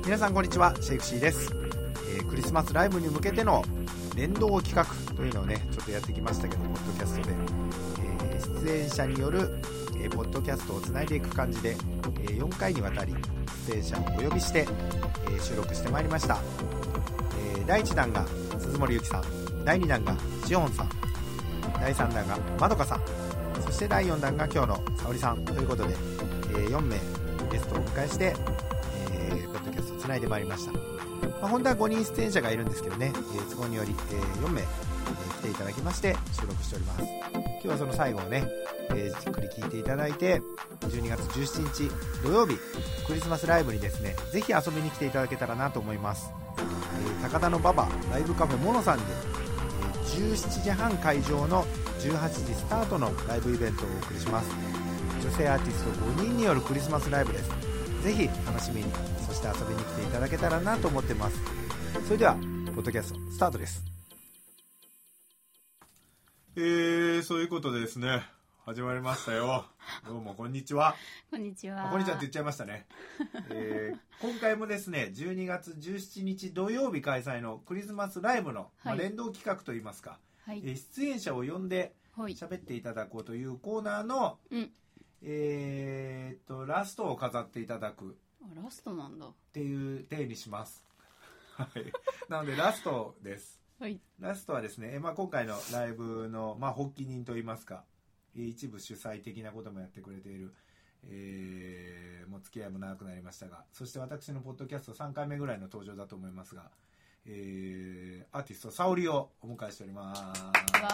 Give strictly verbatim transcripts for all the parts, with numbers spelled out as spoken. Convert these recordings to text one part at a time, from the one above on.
皆さんこんにちは、シェイクシーです、えー、クリスマスライブに向けての連動企画というのをねちょっとやってきましたけど、ポッドキャストで、えー、出演者による、えー、ポッドキャストをつないでいく感じで、えー、よんかいにわたり出演者をお呼びして、えー、収録してまいりました。えー、だいいちだんが鈴森ゆきさん、だいにだんがしおんさん、だいさんだんがまどかさん、そしてだいよんだんが今日のさおりさんということで、えー、よんめいゲストをお迎えして、えー、ポッドキャストをつないでまいりました。まあ、本当はごにん出演者がいるんですけどね、えー、都合により、えー、よんめい、えー、来ていただきまして収録しております。今日はその最後をね、えー、じっくり聞いていただいて、じゅうにがつじゅうしちにち土曜日クリスマスライブにですね、ぜひ遊びに来ていただけたらなと思います。えー、高田馬場ライブカフェモノさんで、えー、じゅうしちじはん会場のじゅうはちじスタートのライブイベントをお送りします。女性アーティストごにんによるクリスマスライブです。ぜひ楽しみに、そして遊びに来ていただけたらなと思ってます。それではポッドキャストスタートです。 えー、そういうことでですね、始まりましたよ。どうもこんにちは。 こんにちは。 こんにちはって言っちゃいましたね。えー、今回もですね、じゅうにがつじゅうしちにち土曜日開催のクリスマスライブの、はい、まあ、連動企画といいますか、はい、えー、出演者を呼んで喋っていただこうというコーナーの、うん、えー、っとラストを飾っていただく。 あ、ラストなんだっていう体にします。はい。なのでラストです。はい。ラストはですね、まあ、今回のライブの、まあ、発起人といいますか、一部主催的なこともやってくれている、えー、もう付き合いも長くなりましたが、そして私のポッドキャストさんかいめぐらいの登場だと思いますが、えー、アーティスト沙織をお迎えしております。わ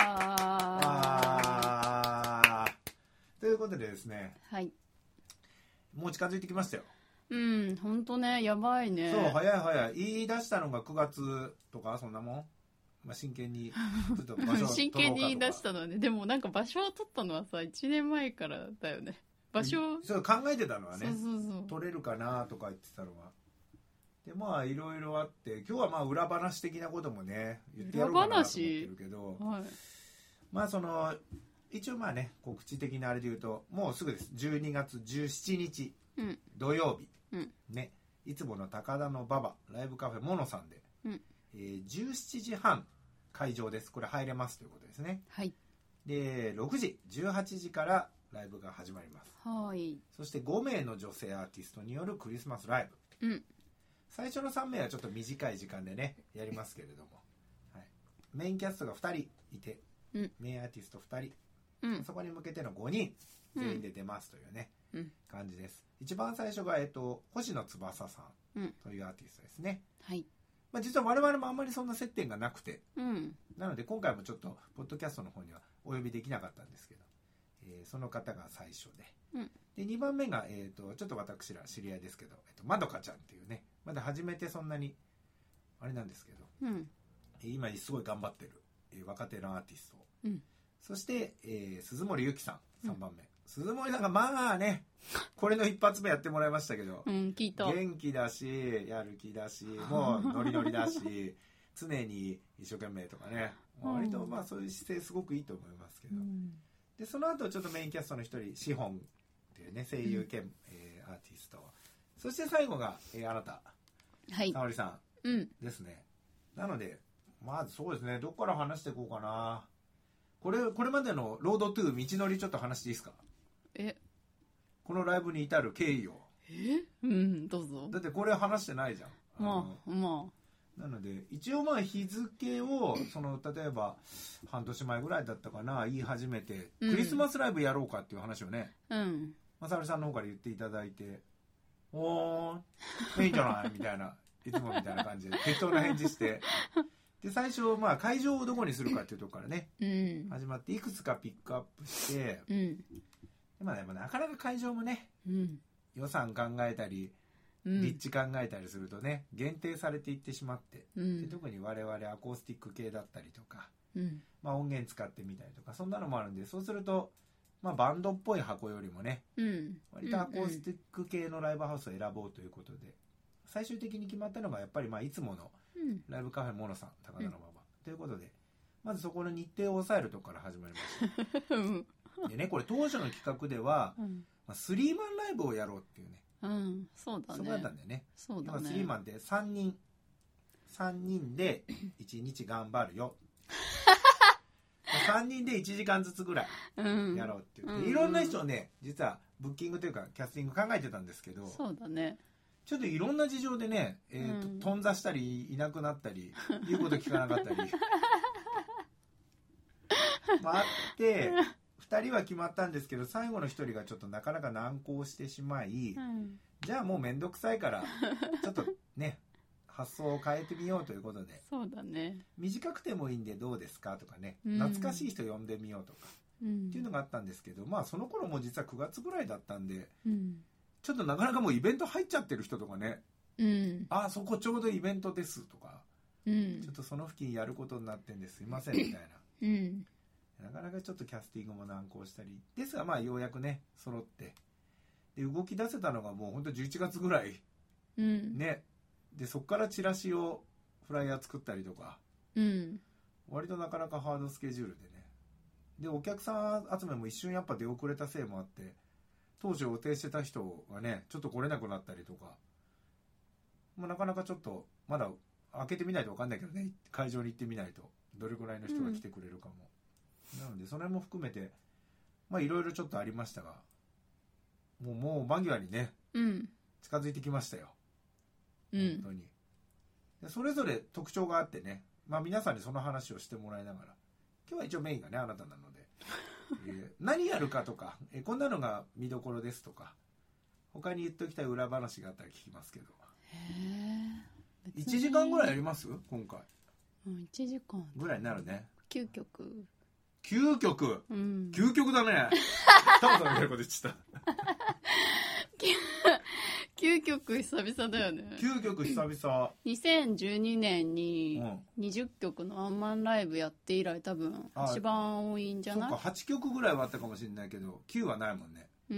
ー。ということでですね、はい、もう近づいてきましたよ。 うん、ほんとね、やばいね。 そう、早い早い。言い出したのがくがつとかそんなもん。まあ、真剣にちょっと場所を取ろうかとか真剣に言い出したのはね。でもなんか場所を取ったのはさ、いちねんまえからだよね。場所をそう考えてたのはね、 そうそうそう、 取れるかなとか言ってたのは。で、まあいろいろあって、今日はまあ裏話的なこともね言ってやろうかなと思ってるけど、はい、まあその一応まあね、告知的なあれで言うと、もうすぐです。じゅうにがつじゅうしちにち、うん、土曜日、うん、ね、いつもの高田馬場ライブカフェモノさんで、うん、えー、じゅうしちじはん会場です。これ入れますということですね。はい。で、ろくじ、じゅうはちじからライブが始まります。はい。そしてごめいの女性アーティストによるクリスマスライブ。うん。最初のさんめいはちょっと短い時間でねやりますけれども、はい、メインキャストがふたりいて、うん、メインアーティストふたり、うん、そこに向けてのごにん全員で出ますというね、うん、感じです。一番最初が、えっと、星野翼さんというアーティストですね、うん、はい。まあ、実は我々もあんまりそんな接点がなくて、うん、なので今回もちょっとポッドキャストの方にはお呼びできなかったんですけど、えー、その方が最初で、うん、でにばんめが、えー、とちょっと私ら知り合いですけど、えー、とまどかちゃんっていうね、まだ始めてそんなにあれなんですけど、うん、今すごい頑張ってる、えー、若手のアーティスト、うん、そして、えー、鈴森ゆきさんさんばんめ、うん、鈴森さんがまあねこれの一発目やってもらいましたけど、うん、聞いた。元気だしやる気だし、もうノリノリだし常に一生懸命とかね、割とまあそういう姿勢すごくいいと思いますけど、うん、でその後ちょっとメインキャストの一人シホンっていうね声優兼、うん、えー、アーティスト、そして最後が、えー、あなた、はい、沙織さん、うん、ですね。なのでまずそうですね、どこから話していこうかな。これこれまでのロードトゥー道のりちょっと話していいですか。え、このライブに至る経緯を。 え、うん、どうぞ。 だってこれ話してないじゃん。まあまあ。なので一応まあ日付をその例えば半年前ぐらいだったかな言い始めて、うん、クリスマスライブやろうかっていう話をね、うん、まさるさんの方から言っていただいて、おーいいんじゃないみたいないつもみたいな感じで適当な返事してで最初まあ会場をどこにするかっていうところからね、うん、始まっていくつかピックアップして、うん、でまあでもなかなか会場もね、うん、予算考えたり立地考えたりするとね限定されていってしまって、うん、で特に我々アコースティック系だったりとか、うん、まあ、音源使ってみたりとかそんなのもあるんで、そうすると、まあ、バンドっぽい箱よりもね、うん、割とアコースティック系のライブハウスを選ぼうということで、最終的に決まったのがやっぱりまあいつものライブカフェモノさん高田馬場、うん、ということでまずそこの日程を抑えるところから始まりましたでね、これ当初の企画では、うん、まあ、スリーマンライブをやろうっていうね、 うん、そうだね。 そうだったんだよね。 そうだね。 今スリーマンってさんにんさんにんでいちにち頑張るよさんにんでいちじかんずつぐらいやろうっていう、うん、いろんな人をね実はブッキングというかキャスティング考えてたんですけど、 そうだね、 ちょっといろんな事情でね、えーとうん、頓挫したりいなくなったり言うこと聞かなかったりまああってふたりは決まったんですけど、最後のひとりがちょっとなかなか難航してしまい、うん、じゃあもうめんどくさいからちょっとね発想を変えてみようということで、 そうだね、 短くてもいいんでどうですかとかね、うん、懐かしい人呼んでみようとか、うん、っていうのがあったんですけど、まあその頃も実はくがつぐらいだったんで、うん、ちょっとなかなかもうイベント入っちゃってる人とかね、うん、あそこちょうどイベントですとか、うん、ちょっとその付近やることになってんですいませんみたいな、うん、なかなかちょっとキャスティングも難航したりですが、まあようやくね揃ってで動き出せたのがもうほんとじゅういちがつぐらい、うん、ね、でそこからチラシをフライヤー作ったりとか、うん、割となかなかハードスケジュールでね、でお客さん集めも一瞬やっぱ出遅れたせいもあって当初予定してた人がねちょっと来れなくなったりとか、もうなかなかちょっとまだ開けてみないと分かんないけどね、会場に行ってみないとどれくらいの人が来てくれるかも、うん、なのでそれも含めてまあいろいろちょっとありましたが、もうもう間際にね、うん、近づいてきましたよ、うん、本当に。でそれぞれ特徴があってね、まあ皆さんにその話をしてもらいながら、今日は一応メインがねあなたなのでえー、何やるかとか、えー、こんなのが見どころですとか、他に言っておきたい裏話があったら聞きますけど。へー、いちじかんぐらいやります今回。 うん、いちじかんぐらいになるね。 きゅうきょく。 きゅうきょく、うん、究極だねタモさんみたいなこと言ってたきゅうきょく久々だよね。 きゅうきょく久々。 にせんじゅうにねんににじゅっきょくのワンマンライブやって以来多分一番多いんじゃない？ そうか、はちきょくぐらいはあったかもしれないけどきゅうはないもんね。うん。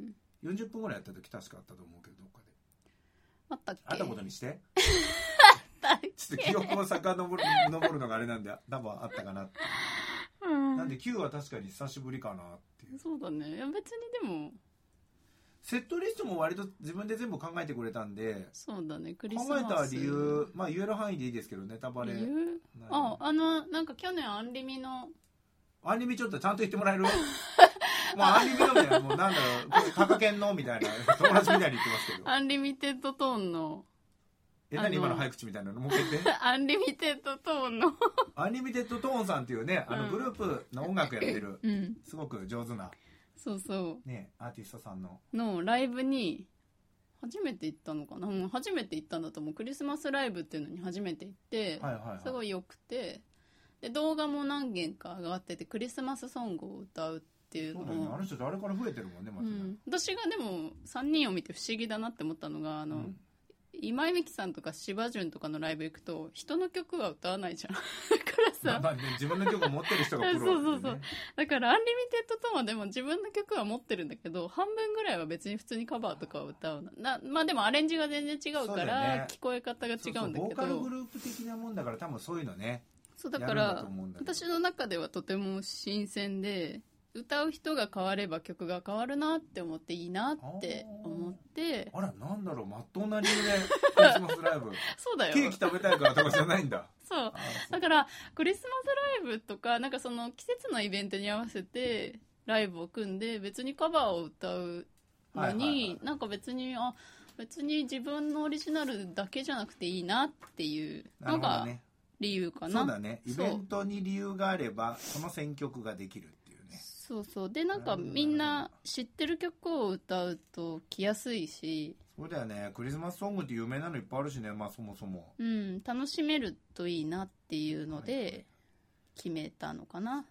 よんじゅっぷんぐらいやった時確かあったと思うけど、どっかで。 あったっけ？ あったことにしてちょっと記憶を遡るるのがあれなんで多分あったかなって、うん、なんできゅうは確かに久しぶりかなっていう。 そうだね。いや別にでもセットリストも割と自分で全部考えてくれたんで、 そうだね、クリスマス考えた理由、まあ言える範囲でいいですけど、ネタバレ。理由？ あ、あの、なんか去年アンリミの。 アンリミちょっとちゃんと言ってもらえるもうアンリミのね、もうなんだろう、これタカケンのみたいな、友達みたいに言ってますけど。 アンリミテッドトーンの。 え、何今の早口みたいなのもう一回言って。 アンリミテッドトーンの。 アンリミテッドトーンさんっていうね、あのグループの音楽やってる、うん、すごく上手な。 そうそう。 ね、アーティストさんの。 のライブに、初めて行ったのかな、もう初めて行ったんだと思う。クリスマスライブっていうのに初めて行って、はいはいはい、すごい良くて、で、動画も何件か上がってて、クリスマスソングを歌うっていうのを。 そうだよね。あの人誰から増えてるもんね、マジで。うん、 私がでもさんにんを見て不思議だなって思ったのが、あの、うん今井美樹さんとか芝潤とかのライブ行くと人の曲は歌わないじゃんだからさ、 まあね、自分の曲を持ってる人がプロ、ね、 そうそうそうだからアンリミテッドトーンはでも自分の曲は持ってるんだけど半分ぐらいは別に普通にカバーとかを歌うなまあでもアレンジが全然違うから、ね、聞こえ方が違うんだけど、そうそうボーカルグループ的なもんだから多分そういうのねそうだから私の中ではとても新鮮で歌う人が変われば曲が変わるなって思っていいなって思ってあらなんだろうまっとうな理由でクリスマスライブそうだよケーキ食べたいからとかじゃないんだそうだからクリスマスライブとかなんかその季節のイベントに合わせてライブを組んで別にカバーを歌うのに、はいはいはい、なんか別にあ別に自分のオリジナルだけじゃなくていいなっていうのが理由かな。 そうだねイベントに理由があればその選曲ができるそうそうでなんかみんな知ってる曲を歌うと来やすいしそうだよねクリスマスソングって有名なのいっぱいあるしねまあそもそもうん楽しめるといいなっていうので決めたのかな、はい、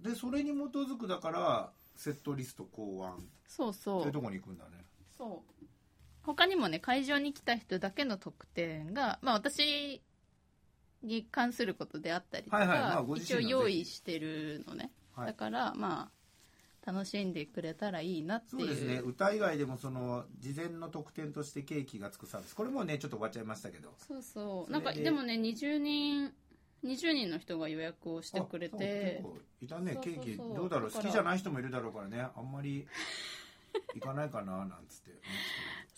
でそれに基づくだからセットリスト考案そうそうそういうとこに行くんだねそう他にもね会場に来た人だけの特典がまあ私に関することであったりとか、はいはいまあ、一応用意してるのねはい、だからまあ楽しんでくれたらいいなっていう。 そうですね歌以外でもその事前の特典としてケーキがつくサービスこれもねちょっと終わっちゃいましたけどそうそうなんかでもねにじゅうにんにじゅうにんの人が予約をしてくれて結構いたねそうそうそうケーキどうだろう好きじゃない人もいるだろうからねあんまり行かないかななんつって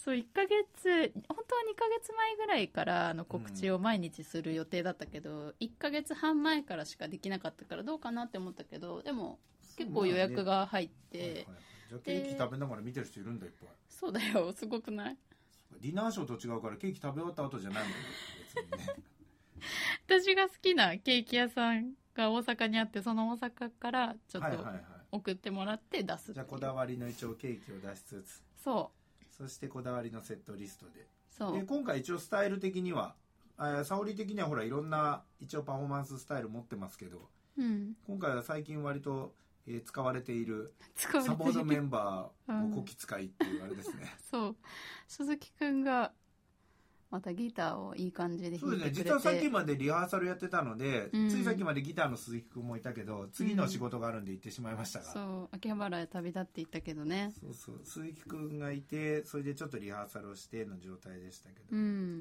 そう、いっかげつ、本当はにかげつまえぐらいからあの告知を毎日する予定だったけど、うん、いっかげつはん前からしかできなかったからどうかなって思ったけど、でも結構予約が入って、はいはいはい、 じゃあケーキ食べながら見てる人いるんだいっぱい。 そうだよ、すごくない？ ディナーショーと違うからケーキ食べ終わった後じゃないもんね、別にね。 私が好きなケーキ屋さんが大阪にあって、その大阪からちょっと送ってもらって出すっていう。 じゃあこだわりの一応ケーキを出しつつ、 そうそしてこだわりのセットリストで、 そうで今回一応スタイル的には沙織的にはほらいろんな一応パフォーマンススタイル持ってますけど、 うん、 今回は最近割と、えー、使われているサポートメンバーをこき使いっていうあれですね、うん、 そう鈴木くんがまたギターをいい感じで弾いてくれて、 そうですね、実はさっきまでリハーサルやってたので、うん、ついさっきまでギターの鈴木くんもいたけど次の仕事があるんで行ってしまいましたが、うん、 そう秋葉原へ旅立っていったけどね、 そうそう鈴木くんがいてそれでちょっとリハーサルをしての状態でしたけど、 うん、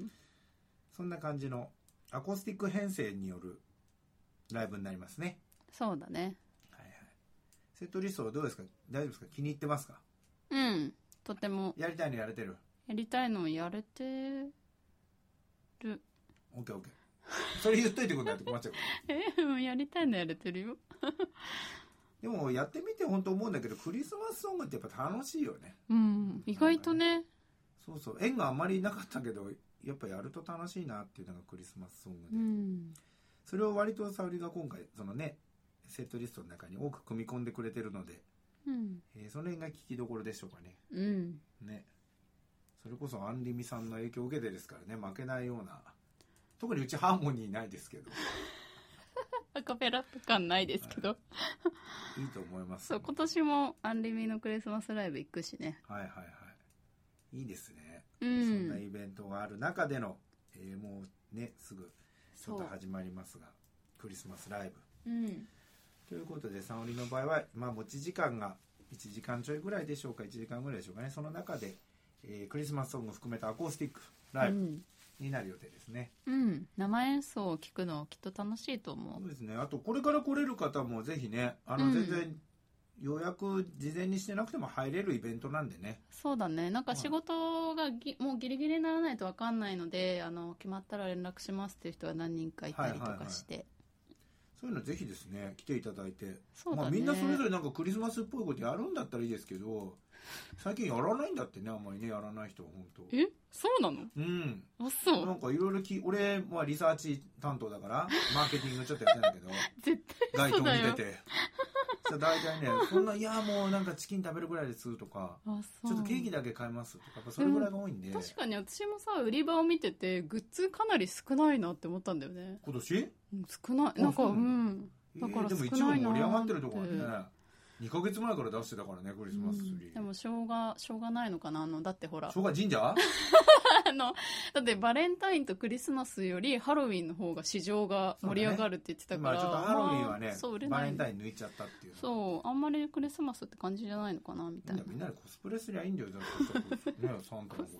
そんな感じのアコースティック編成によるライブになりますね。 そうだね、 はいはい、セットリストはどうですか？大丈夫ですか？気に入ってますか？ うん、とてもやりたいのやれてる？ やりたいのやれてる。 オッケーオッケー。それ言っといてくんないと困っちゃうえ、やりたいのやれてるよ。 でもやってみて本当思うんだけど、クリスマスソングってやっぱ楽しいよね。 うん、意外とね。 そうそう、縁があんまりなかったけどやっぱやると楽しいなっていうのがクリスマスソングで、 うん、 それを割と沙織が今回そのねセットリストの中に多く組み込んでくれてるので、 うん、 えー、その辺が聞きどころでしょうかね。 うん、 ね、それこそアンリミさんの影響を受けてですからね、負けないような。特にうちハーモニーないですけどアカペラとかないですけど、はい、いいと思います、ね、 そう今年もアンリミのクリスマスライブ行くしね。 はいはいはい、いいですね、 うん、 そんなイベントがある中での、えー、もうねすぐちょっと始まりますがクリスマスライブ、うん、 ということで沙織の場合は、まあ、持ち時間がいちじかんちょいぐらいでしょうか、いちじかんぐらいでしょうかね。その中で、えー、クリスマスソングを含めたアコースティックライブ、うんになる予定ですね。 うん、生演奏を聞くのきっと楽しいと思う。 そうですね。あとこれから来れる方もぜひね、あの、うん、全然予約事前にしてなくても入れるイベントなんでね。 そうだね。なんか仕事がぎ、もうギリギリにならないと分かんないので、あの決まったら連絡しますっていう人は何人かいたりとかして、はいはいはい、 そういうのぜひですね来ていただいて、 そうだね、 まあ、みんなそれぞれなんかクリスマスっぽいことやるんだったらいいですけど、最近やらないんだってね、あんまりね、やらない人は本当。 え、そうなの？ うん。 あ、そう。 なんかいろいろき、俺はリサーチ担当だからマーケティングちょっとやってんだけど絶対そうだよ。 街頭に出て大体ね、そんな、いやもうなんかチキン食べるぐらいですとか、 あ、そう、 ちょっとケーキだけ買いますとか、やっぱそれぐらいが多いんで。 確かに私もさ、売り場を見ててグッズかなり少ないなって思ったんだよね。 今年？ うん、少ない。なんか、うん。だから少ないなって。 えー、でも一部盛り上がってるところね。にかげつまえから出してたからね、クリスマスツリー、うん、 でもしょうがしょうがないのかな、あのだってほらしょうが神社あのだってバレンタインとクリスマスよりハロウィンの方が市場が盛り上がるって言ってたから、 ね、まあ、ちょっとハロウィンはね、 そう売れない、 バレンタイン抜いちゃったっていう、 そうあんまりクリスマスって感じじゃないのかなみたいな。 みんなでコスプレすりゃいいんだよ、だってね、サンタの子だっていいんじゃ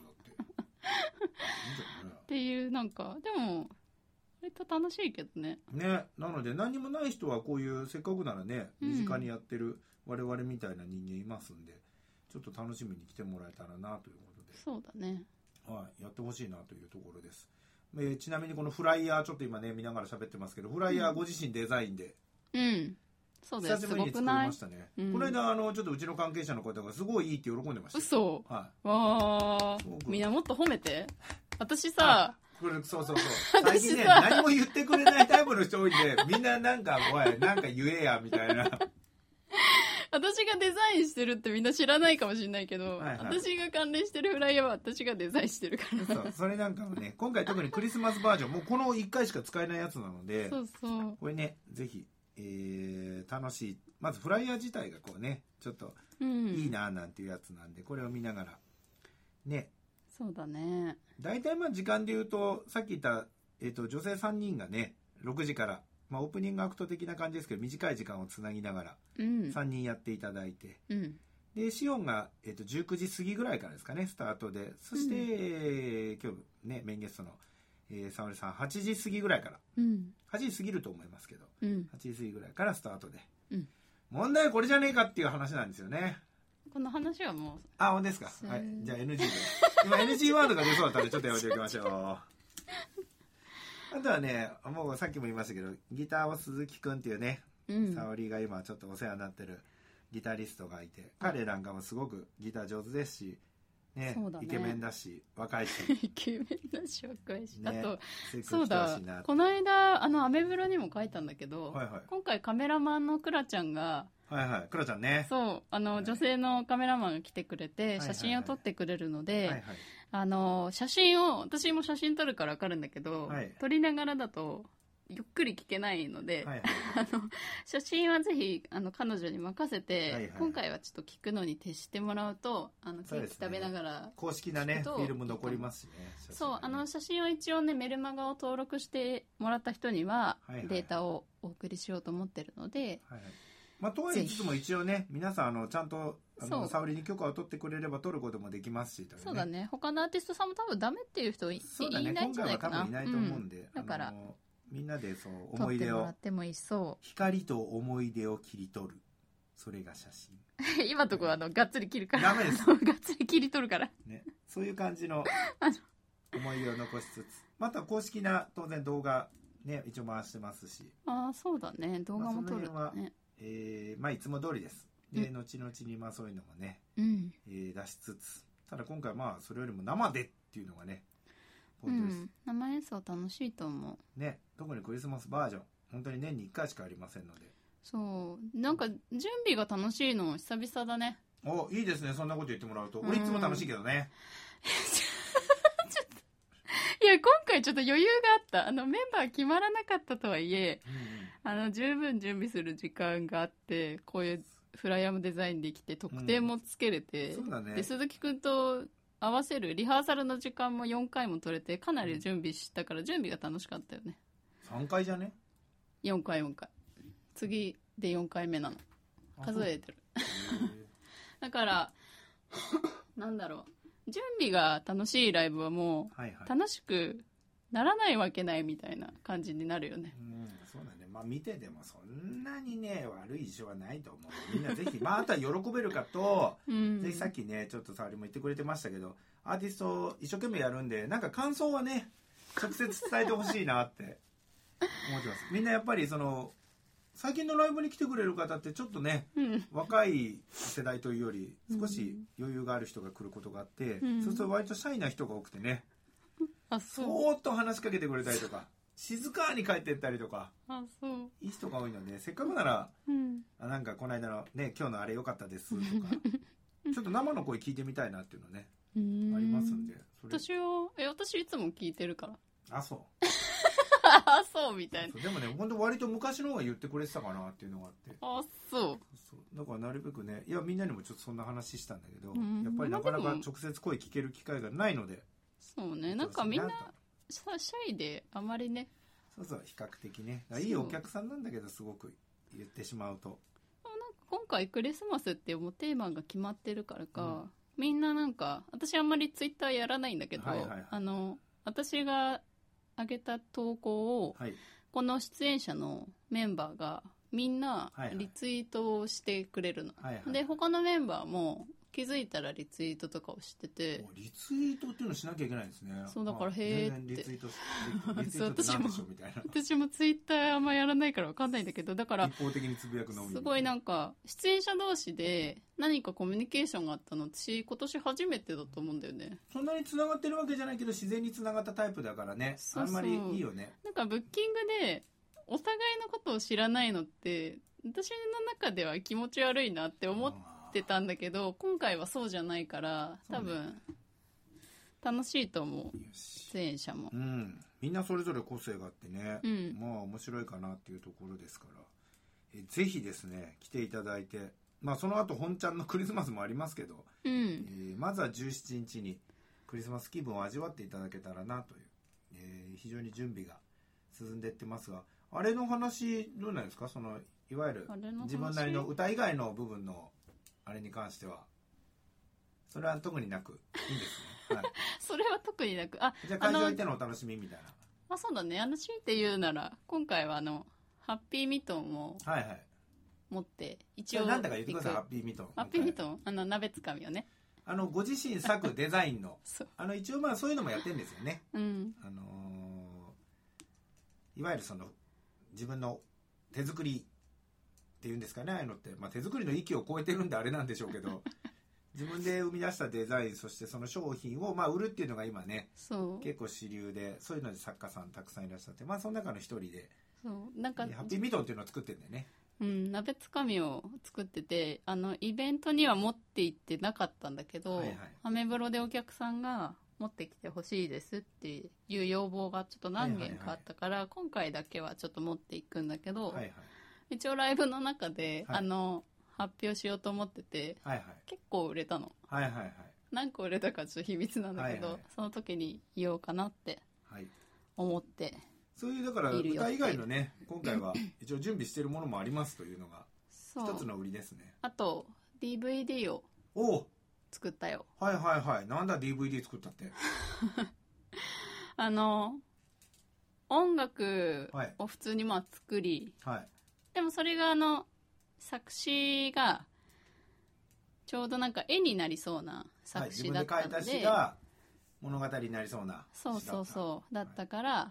ないっていう、なんかでも割と楽しいけどね。 ね、なので何もない人はこういうせっかくならね身近にやってる我々みたいな人間いますんで、ちょっと楽しみに来てもらえたらなということで、 そうだね、 はい、やってほしいなというところです。えー、ちなみにこのフライヤーちょっと今ね見ながら喋ってますけど、フライヤーご自身デザインで、 うん、うん、そうだよ、 久しぶりに作りましたね。うん、この間あのちょっとうちの関係者の方がすごいいいって喜んでました。 嘘、 はい、 わー、みんなもっと褒めて。私さ、 これそうそうそう最近ね何も言ってくれないタイプの人多いんでみんななんかおいなんか言えやみたいな私がデザインしてるってみんな知らないかもしれないけど、 はいはい、 私が関連してるフライヤーは私がデザインしてるからそうそれなんかもね今回特にクリスマスバージョンもうこのいっかいしか使えないやつなので、 そうそうこれねぜひ、えー、楽しい、まずフライヤー自体がこうねちょっといいななんていうやつなんで、これを見ながらね。 そうだね。 大体まあ時間で言うとさっき言った、えー、と女性さんにんがねろくじから、まあ、オープニングアクト的な感じですけど短い時間をつなぎながらさんにんやっていただいて、 うん、 でシオンが、えー、とじゅうくじ過ぎぐらいからですかねスタートで、そして、うん、今日ねメインゲストのえー、沙織さんはちじ過ぎぐらいから、 うん、 はちじ過ぎると思いますけど、 うん、 はちじ過ぎぐらいからスタートで、 うん、 問題はこれじゃねえかっていう話なんですよね。 この話はもうあ本当ですか。はいじゃあ エヌジー で今 エヌジー ワードが出そうだったんでちょっとやめておきましょうあとはねもうさっきも言いましたけどギターを鈴木くんっていうね、うん、沙織が今ちょっとお世話になってるギタリストがいて彼なんかもすごくギター上手ですしね、ねイケメンだし若いしイケメンだし若いし、ね、あとそうだこの間あのアメブロにも書いたんだけど、はいはい、今回カメラマンのクラちゃんがはいはいクラちゃんねそうあの、はい、女性のカメラマンが来てくれて写真を撮ってくれるので、はいはいはい、あの写真を私も写真撮るから分かるんだけど、はい、撮りながらだとゆっくり聞けないので、はいはいはい、あの写真はぜひあの彼女に任せて、はいはい、今回はちょっと聞くのに徹してもらうとあのケーキ食べながら、 ね、公式なねフィルム残りますしねそうあの写真を一応ねメルマガを登録してもらった人にはデータをお送りしようと思ってるので、はいはいまあ、とはいいつつも一応ね皆さんあのちゃんとあの沙織に許可を取ってくれれば取ることもできますし、ね、 そうだね他のアーティストさんも多分ダメっていう人 い,、ね、いないんじゃないかな今回は多分いないと思うんで、うん、 だからみんなでそう思い出を光と思い出を切り取るそれが写真今のところあのがっつり切るからダメですがっつり切り取るから、 ね、そういう感じの思い出を残しつつまた公式な当然動画ね一応回してますしああそうだね動画も撮るんだね、 えー、まあいつも通りですで、うん、後々にまあそういうのもね、 うんえー、出しつつただ今回まあそれよりも生でっていうのがねうん、生演奏楽しいと思うね特にクリスマスバージョン本当に年にいっかいしかありませんのでそうなんか準備が楽しいの久々だねおいいですねそんなこと言ってもらうと、うん、俺いつも楽しいけどねちょっといや今回ちょっと余裕があったあのメンバー決まらなかったとはいえ、うんうん、あの十分準備する時間があってこういうフライヤーもデザインできて特典もつけれて、 うんそうだね、 で鈴木くんと合わせるリハーサルの時間もよんかいも取れてかなり準備したから準備が楽しかったよねさんかいじゃねよんかいよんかい次でよんかいめなの数えてるだからなんだろう準備が楽しいライブはもう楽しくならないわけないみたいな感じになるよね、 うんそうだねまあ見ててもそんなにね悪い印象はないと思うみんなぜひまああとは喜べるかと、うん、ぜひさっきねちょっと沙織も言ってくれてましたけどアーティスト一生懸命やるんでなんか感想はね直接伝えてほしいなって思ってますみんなやっぱりその最近のライブに来てくれる方ってちょっとね、うん、若い世代というより少し余裕がある人が来ることがあって、うん、そうすると割とシャイな人が多くてね、 あそうそーっと話しかけてくれたりとか静かに帰ってったりとかあそういい人が多いのでせっかくなら、 うん、 あなんかこの間のね今日のあれ良かったですとかちょっと生の声聞いてみたいなっていうのねありますんでそれ私はえ私いつも聞いてるからあそうあそうみたいなでもね本当割と昔の方が言ってくれてたかなっていうのがあってあそうそうだからなるべくねいやみんなにもちょっとそんな話したんだけどやっぱりなかなか直接声聞ける機会がないのでそうねなんかみんなシャイであまりねそうそう比較的ねいいお客さんなんだけどすごく言ってしまうとなんか今回クリスマスってもうテーマが決まってるからか、うん、みんななんか私あんまりツイッターやらないんだけど、はいはいはい、あの私が上げた投稿を、はい、この出演者のメンバーがみんなリツイートをしてくれるの、はいはい、で他のメンバーも気づいたらリツイートとかをしててリツイートっていうのしなきゃいけないんですねそうだからへーってリツイートリツイートって何でしょうみたいな私もツイッターあんまやらないから分かんないんだけどだから一方的につぶやくのみすごいなんか出演者同士で何かコミュニケーションがあったの私今年初めてだと思うんだよねそんなに繋がってるわけじゃないけど自然に繋がったタイプだからねそうそうあんまりいいよねなんかブッキングでお互いのことを知らないのって私の中では気持ち悪いなって思ってってたんだけど今回はそうじゃないから多分楽しいと思う出演者も、 うん、みんなそれぞれ個性があってね、うん、まあ面白いかなっていうところですからえぜひですね来ていただいてまあその後本ちゃんのクリスマスもありますけど、 うんえー、まずはじゅうしちにちにクリスマス気分を味わっていただけたらなという、えー、非常に準備が進んでいってますがあれの話どうなんですかそのいわゆる自分なりの歌以外の部分のあれに関してはそれは特になくいいんですね、はい、 それは特になくあじゃあ会場行ってのお楽しみみたいなあそうだねあの強いて言うなら今回はあのハッピーミトンをはいはい持って一応なんだか言ってください。ハッピーミトン。 ハッピーミトン、あの鍋つかみをね、 あのご自身作デザインのあの一応まあそういうのもやってるんですよね。 うん、 あのー、いわゆるその自分の手作りっていうんですかね、ああいうのって、まあ、手作りの域を超えてるんであれなんでしょうけど自分で生み出したデザイン、そしてその商品をまあ売るっていうのが今ね、 そう結構主流で、そういうので作家さんたくさんいらっしゃって、まあその中の一人で、 そうなんかハッピーミトンっていうのを作ってるんだよね。 うん、鍋つかみを作ってて、あのイベントには持って行ってなかったんだけど、はいはい、アメブロでお客さんが持ってきてほしいですっていう要望がちょっと何件かあったから、はいはいはい、今回だけはちょっと持っていくんだけど、はいはい、一応ライブの中で、はい、あの発表しようと思ってて、はいはい、結構売れたの、はいはいはい、何個売れたかちょっと秘密なんだけど、はいはい、その時に言おうかなって思って、はい、 そういうだから歌以外のね、今回は一応準備しているものもありますというのが一つの売りですね。 あと ディーブイディー を作ったよ。 はいはいはい。なんだ ディーブイディー 作ったってあの音楽を普通にまあ作り、はい、でもそれがあの作詞がちょうどなんか絵になりそうな作詞だったので、はい、自分で書いた詩が物語になりそうな詩だった。そうそうそうだったから、はい、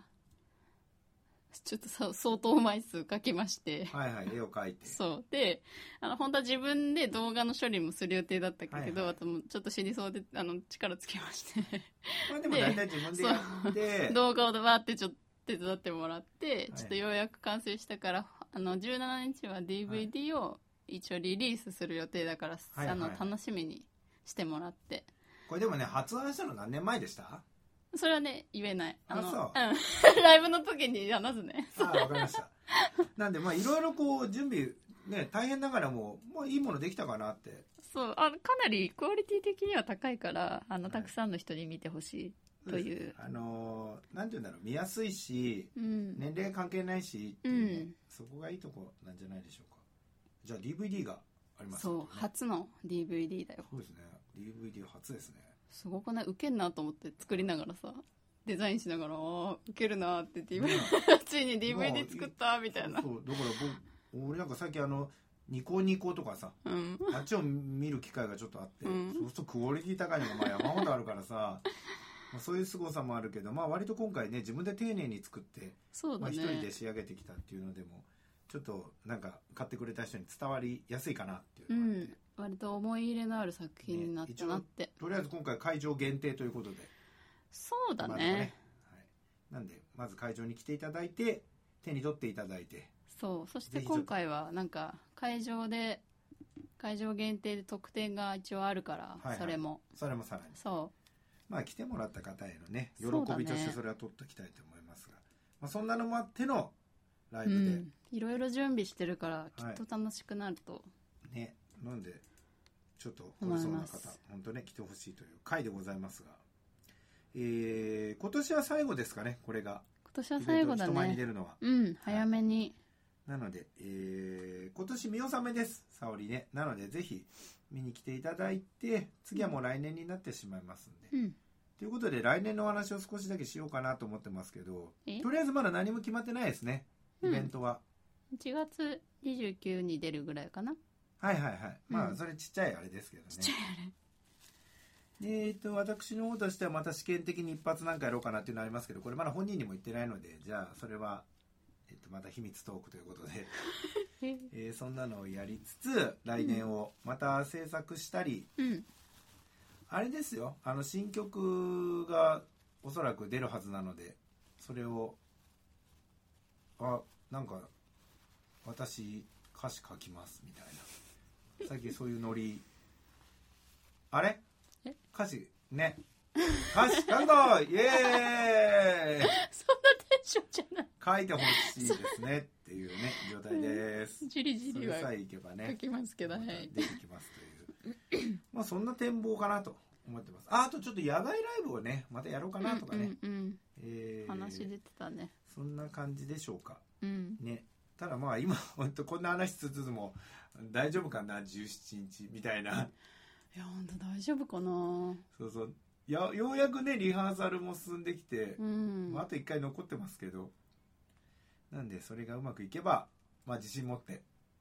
ちょっと相当枚数書きまして、はいはい、 絵を描いて、 そうで、あの本当は自分で動画の処理もする予定だったけど、はいはい、あともちょっと死にそうであの力つけましてまあでも大体自分でやって動画をバーってちょっと手伝ってもらって、はい、ちょっとようやく完成したから、あのじゅうしちにちは ディーブイディー を一応リリースする予定だから、はい、あの楽しみにしてもらって、はいはい、 これでもね、発案したの何年前でした？ それはね言えない。あのあそう、 うん、ライブの時に話すね。 ああ、わかりましたなんでまあいろいろこう準備ね大変ながらも、まあ、いいものできたかなって。 そうあのかなりクオリティ的には高いから、あのたくさんの人に見てほしいという、 はい、あのー、なんていうんだろう、見やすいし、うん、年齢関係ないしっていう、ね、うん、そこがいいとこなんじゃないでしょうか。じゃあ ディーブイディー があります、ね、 そう初の ディーブイディー だよ。 そうですね、 ディーブイディー 初ですね。 すごくない？ウケんなと思って作りながらさ、デザインしながら、あウケるなって言って、ね、ついに ディーブイディー 作ったみたいな。 そうそうだから僕俺なんかさっきあのニコニコとかさ、うん、あっちを見る機会がちょっとあって、うん、そうするとクオリティ高いのがまあ山ほどあるからさまあそういう凄さもあるけど、まあ割と今回ね自分で丁寧に作って、 そうだね、 まあ、一人で仕上げてきたっていうのでもちょっとなんか買ってくれた人に伝わりやすいかなっていうのがあって、 うん、割と思い入れのある作品になったなって、 ね、とりあえず今回会場限定ということで。 そうだね、 まね、はい、なんでまず会場に来ていただいて手に取っていただいて、 そうそして今回はなんか会場で会場限定で特典が一応あるから、はいはい、それもそれもさらにそうまあ来てもらった方へのね喜びとしてそれは取っておきたいと思いますが、ね、まあ、そんなのもあってのライブで、うん、 いろいろ準備してるからきっと楽しくなると、はい、ね、なんでちょっと来れそうな方本当ね来てほしいという回でございますが、えー、今年は最後ですかね。これが今年は最後だね。 人前に出るのは、 うん、早めに、 はい、なので、えー、今年見納めです沙織ね。なのでぜひ見に来ていただいて、次はもう来年になってしまいますんで、うん、ということで来年のお話を少しだけしようかなと思ってますけど、とりあえずまだ何も決まってないですね、イベントは、 うん、いちがつにじゅうくにちに出るぐらいかな。 はいはいはい、まあそれちっちゃいあれですけどね、 ちっちゃいあれえー、と私の方としてはまた試験的に一発なんかやろうかなっていうのありますけど、これまだ本人にも言ってないので、じゃあそれは、えー、とまた秘密トークということで、えー、そんなのをやりつつ来年をまた制作したり、うん、あれですよ、あの新曲がおそらく出るはずなので、それをあなんか私歌詞書きますみたいな、最近そういうノリあれ歌詞ね歌詞書くぞイエーイそんなテンションじゃない。 書いてほしいですねっていうね状態です。 じりじりはそれさえいけばね書きますけど、 ま、出てきますというまあそんな展望かなと思ってます。 あ, あとちょっと野外ライブをねまたやろうかなとかね、うんうんうん、えー、 話出てたね。 そんな感じでしょうか、 うんね、ただまあ今本当こんな話しつつも大丈夫かなじゅうしちにちみたいないや本当大丈夫かな。 そうそうやようやくねリハーサルも進んできて、 うんまあ、あといっかい残ってますけど、なんでそれがうまくいけば、まあ、自信持って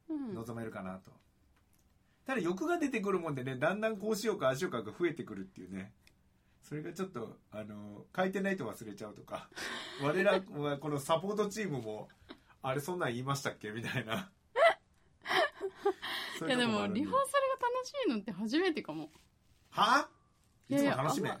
望めるかなと、うん、ただ欲が出てくるもんでね、だんだんこうしようかああしようかが増えてくるっていうね、それがちょっとあの書いてないと忘れちゃうとか我らはこのサポートチームもあれそんなん言いましたっけみたいな。 いやでもリハーサルが楽しいのって初めてかも。 はいつも楽しめ。いやいや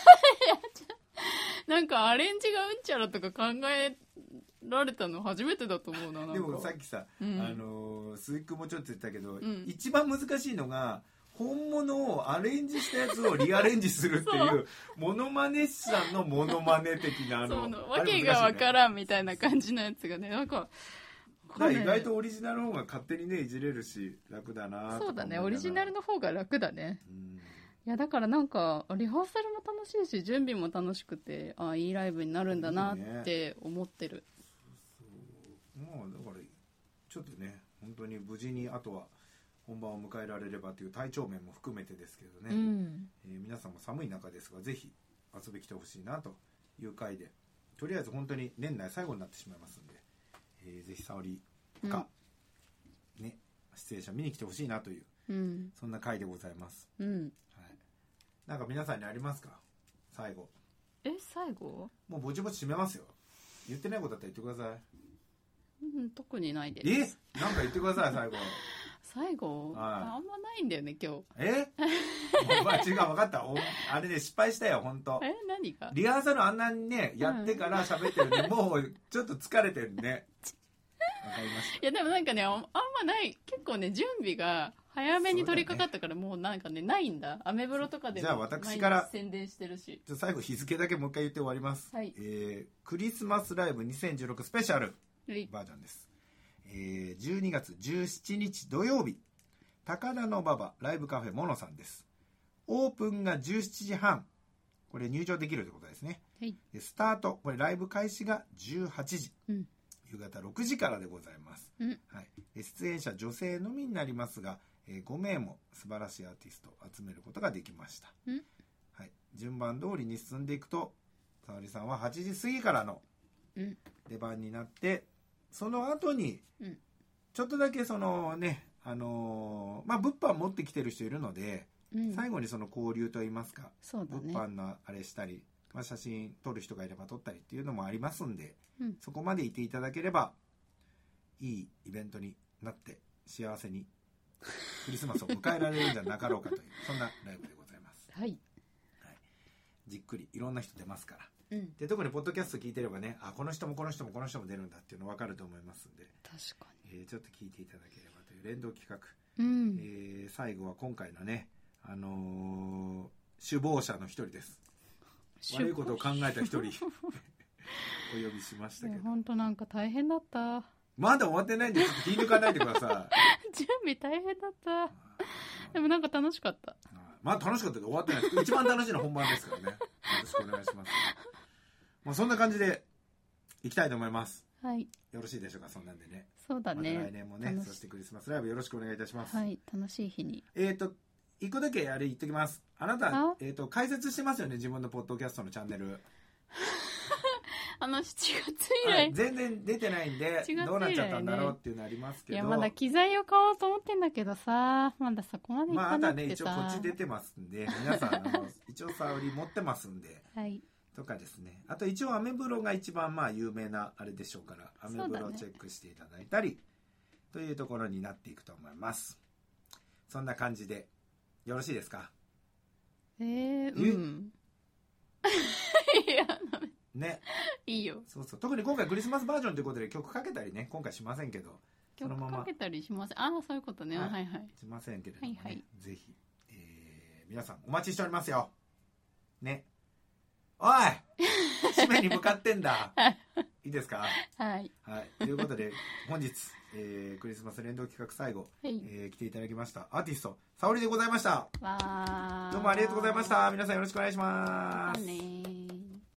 なんかアレンジがうんちゃらとか考えられたの初めてだと思うな。なんかでもさっきさ、うん、あの鈴木君もちょっと言ったけど、うん、一番難しいのが本物をアレンジしたやつをリアレンジするっていうモノマネ師さんのモノマネ的なあのそうのわけがわからんみたいな感じのやつがね、なんかだから意外とオリジナルの方が勝手にねいじれるし楽だな。 そうだね、オリジナルの方が楽だね。うん、いやだからなんかリハーサルも楽しいし準備も楽しくて、あいいライブになるんだなって思ってる。 いいね、そうそう、まあだからちょっとね本当に無事にあとは本番を迎えられればという体調面も含めてですけどね、うんえー、皆さんも寒い中ですがぜひ遊び来てほしいなという回で、とりあえず本当に年内最後になってしまいますんで、えー、ぜひ沙織か、うんね、出演者見に来てほしいなという、うん、そんな回でございます、うんはい、なんか皆さんにありますか最後。 え最後もうぼちぼち締めますよ。言ってないことだったら言ってください。 うん、特にないです。 えなんか言ってください最後。 最後、はい、あんまないんだよね今日。 えまあ違う分かったあれね失敗したよ本当。 え何かリハーサルあんなにねやってから喋ってるんで、うん、もうちょっと疲れてるね。わかりました。 いやでもなんかねあんまない結構ね準備が早めに取り掛かったから、ね、もうなんかねないんだ。アメブロとかでもじゃあ私から宣伝してるし。 じゃあ最後日付だけもう一回言って終わります、はいえー、クリスマスライブにせんじゅうろくスペシャルバージョンです、えー、じゅうにがつじゅうしちにち土曜日高田馬場ライブカフェモノさんです。オープンがじゅうしちじはん、これ入場できるということですね、はい、でスタートこれライブ開始がじゅうはちじ、うん、夕方ろくじからでございます、うんはい、で出演者女性のみになりますが、えー、ごめいも素晴らしいアーティストを集めることができました、うんはい、順番通りに進んでいくと沙織さんははちじ過ぎからの出番になって、その後にちょっとだけそのねあのー、まあ物販持ってきてる人いるので、うん、最後にその交流といいますか、そうだね、物販のあれしたり、まあ、写真撮る人がいれば撮ったりっていうのもありますんで、うん、そこまでいていただければいいイベントになって幸せにクリスマスを迎えられるんじゃなかろうかというそんなライブでございます、はいはい、じっくりいろんな人出ますから、うん、で特にポッドキャスト聞いてればね、あこの人もこの人もこの人も出るんだっていうの分かると思いますんで、 確かに、えー、ちょっと聞いていただければという連動企画、うんえー、最後は今回のね、あのー、首謀者の一人です。悪いことを考えた一人お呼びしましたけど、 本当なんか大変だった。 まだ終わってないんでちょっと気抜かないでください準備大変だったでもなんか楽しかった。 まあ楽しかったけど終わってないです。一番楽しいのは本番ですからねよろしくお願いしますまあそんな感じでいきたいと思います。はい。よろしいでしょうか。そんなんでね。 そうだね。 また来年もね、そしてクリスマスライブよろしくお願いいたします。 はい。楽しい日に。 えっと一個だけあれ言ってきます。あなたえっと解説してますよね、自分のポッドキャストのチャンネル。 あのしちがつ以来全然出てないんで、ね、どうなっちゃったんだろうっていうのありますけど、いやまだ機材を買おうと思ってんだけどさ、まだそこまでいかなくてさ、まあ、あとはね一応こっち出てますんで皆さんあの一応沙織持ってますんで、はい、とかですね、あと一応アメブロが一番まあ有名なあれでしょうからアメブロをチェックしていただいたり、ね、というところになっていくと思います。そんな感じでよろしいですか。 えー、うんいやね、 いいよ。 そうそう、特に今回クリスマスバージョンということで曲かけたりね今回しませんけど、 曲かけたりしません。ああそういうことね、はい、はいはいしませんけれどもね、はいはい、ぜひ、えー、皆さんお待ちしておりますよね。おい締めに向かってんだいいですか。はい、はい、ということで本日、えー、クリスマス連動企画最後、はいえー、来ていただきましたアーティスト沙織でございました。わどうもありがとうございました。皆さんよろしくお願いします。ね